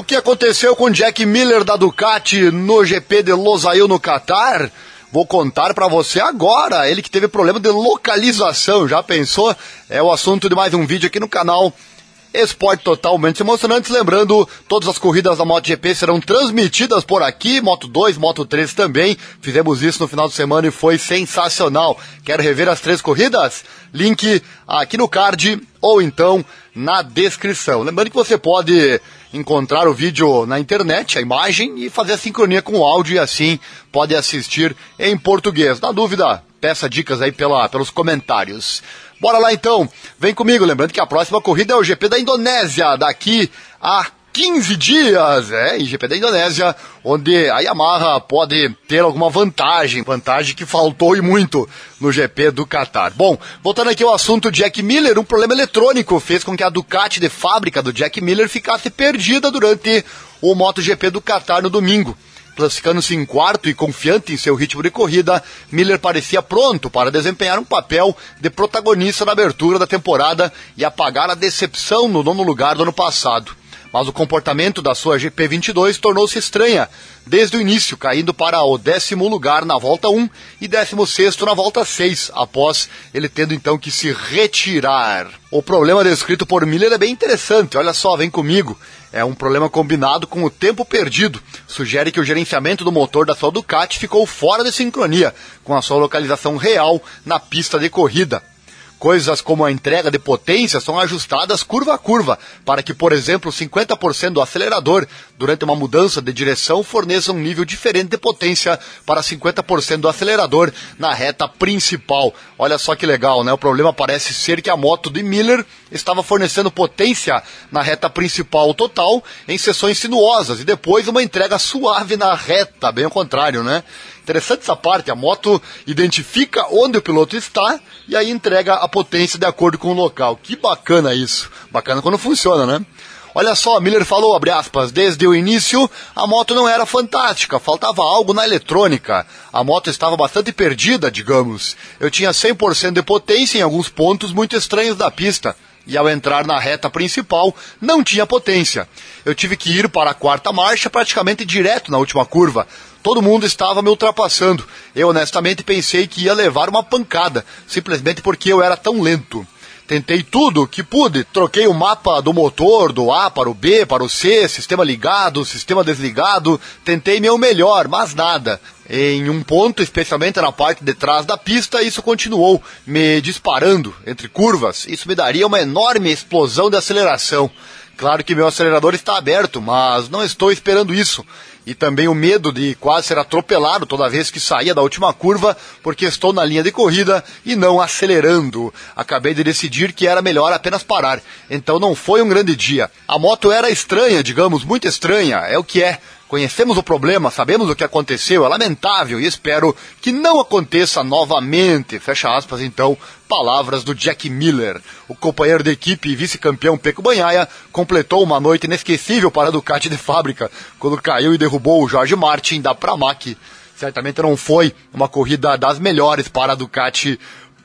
O que aconteceu com Jack Miller da Ducati no GP de Losail no Catar? Vou contar para você agora. Ele que teve problema de localização, já pensou? É o assunto de mais um vídeo aqui no canal Esporte Totalmente Emocionante. Lembrando, todas as corridas da MotoGP serão transmitidas por aqui, Moto2, Moto3 também. Fizemos isso no final de semana e foi sensacional. Quer rever as 3 corridas? Link aqui no card ou então na descrição. Lembrando que você pode encontrar o vídeo na internet, a imagem, e fazer a sincronia com o áudio, e assim pode assistir em português. Na dúvida, peça dicas aí pelos comentários. Bora lá então, vem comigo, lembrando que a próxima corrida é o GP da Indonésia, daqui a 15 dias, em GP da Indonésia, onde a Yamaha pode ter alguma vantagem que faltou e muito no GP do Catar. Bom, voltando aqui ao assunto Jack Miller, um problema eletrônico fez com que a Ducati de fábrica do Jack Miller ficasse perdida durante o MotoGP do Catar no domingo. Classificando-se em quarto e confiante em seu ritmo de corrida, Miller parecia pronto para desempenhar um papel de protagonista na abertura da temporada e apagar a decepção no nono lugar do ano passado. Mas o comportamento da sua GP22 tornou-se estranha desde o início, caindo para o 10º lugar na volta 1 e 16º na volta 6, após ele tendo então que se retirar. O problema descrito por Miller é bem interessante, olha só, vem comigo. É um problema combinado com o tempo perdido. Sugere que o gerenciamento do motor da sua Ducati ficou fora de sincronia com a sua localização real na pista de corrida. Coisas como a entrega de potência são ajustadas curva a curva, para que, por exemplo, 50% do acelerador, durante uma mudança de direção, forneça um nível diferente de potência para 50% do acelerador na reta principal. Olha só que legal, né? O problema parece ser que a moto de Miller estava fornecendo potência na reta principal total em seções sinuosas e depois uma entrega suave na reta, bem ao contrário, né? Interessante essa parte, a moto identifica onde o piloto está e aí entrega a potência de acordo com o local. Que bacana isso, bacana quando funciona, né? Olha só, Miller falou, abre aspas, desde o início a moto não era fantástica, faltava algo na eletrônica. A moto estava bastante perdida, digamos. Eu tinha 100% de potência em alguns pontos muito estranhos da pista. E ao entrar na reta principal, não tinha potência. Eu tive que ir para a 4ª marcha praticamente direto na última curva. Todo mundo estava me ultrapassando. Eu honestamente pensei que ia levar uma pancada, simplesmente porque eu era tão lento. Tentei tudo que pude, troquei o mapa do motor, do A para o B, para o C, sistema ligado, sistema desligado, tentei meu melhor, mas nada. Em um ponto, especialmente na parte de trás da pista, isso continuou me disparando entre curvas. Isso me daria uma enorme explosão de aceleração. Claro que meu acelerador está aberto, mas não estou esperando isso. E também o medo de quase ser atropelado toda vez que saía da última curva, porque estou na linha de corrida e não acelerando. Acabei de decidir que era melhor apenas parar. Então não foi um grande dia. A moto era estranha, digamos, muito estranha, é o que é. Conhecemos o problema, sabemos o que aconteceu, é lamentável e espero que não aconteça novamente. Fecha aspas, então, palavras do Jack Miller. O companheiro de equipe e vice-campeão Pecco Bagnaia completou uma noite inesquecível para a Ducati de fábrica, quando caiu e derrubou o Jorge Martin da Pramac. Certamente não foi uma corrida das melhores para a Ducati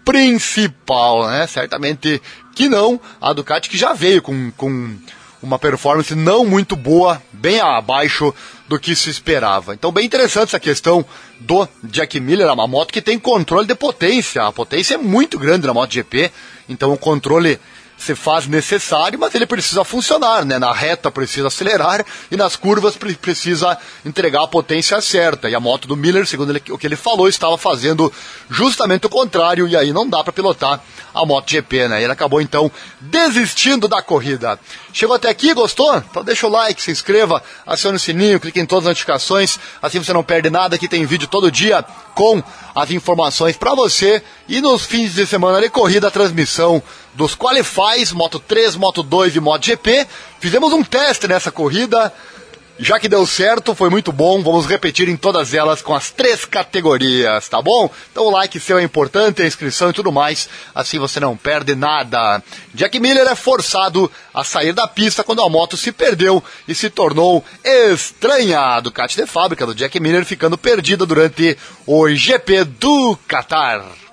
principal, né? Certamente que não. A Ducati que já veio com uma performance não muito boa, bem abaixo do que se esperava. Então, bem interessante essa questão do Jack Miller, uma moto que tem controle de potência. A potência é muito grande na MotoGP, então o controle se faz necessário, mas ele precisa funcionar, né? Na reta precisa acelerar e nas curvas precisa entregar a potência certa. E a moto do Miller, segundo o que ele falou, estava fazendo justamente o contrário, e aí não dá para pilotar a MotoGP, né? Ele acabou então desistindo da corrida. Chegou até aqui, gostou? Então deixa o like, se inscreva, acione o sininho, clique em todas as notificações, assim você não perde nada. Aqui tem vídeo todo dia com as informações para você, e nos fins de semana de corrida a transmissão dos Qualifies, Moto 3, Moto 2 e MotoGP. Fizemos um teste nessa corrida, já que deu certo, foi muito bom. Vamos repetir em todas elas com as 3 categorias, tá bom? Então o like seu é importante, a inscrição e tudo mais, assim você não perde nada. Jack Miller é forçado a sair da pista quando a moto se perdeu e se tornou estranha. A Ducati de fábrica do Jack Miller ficando perdida durante o GP do Catar.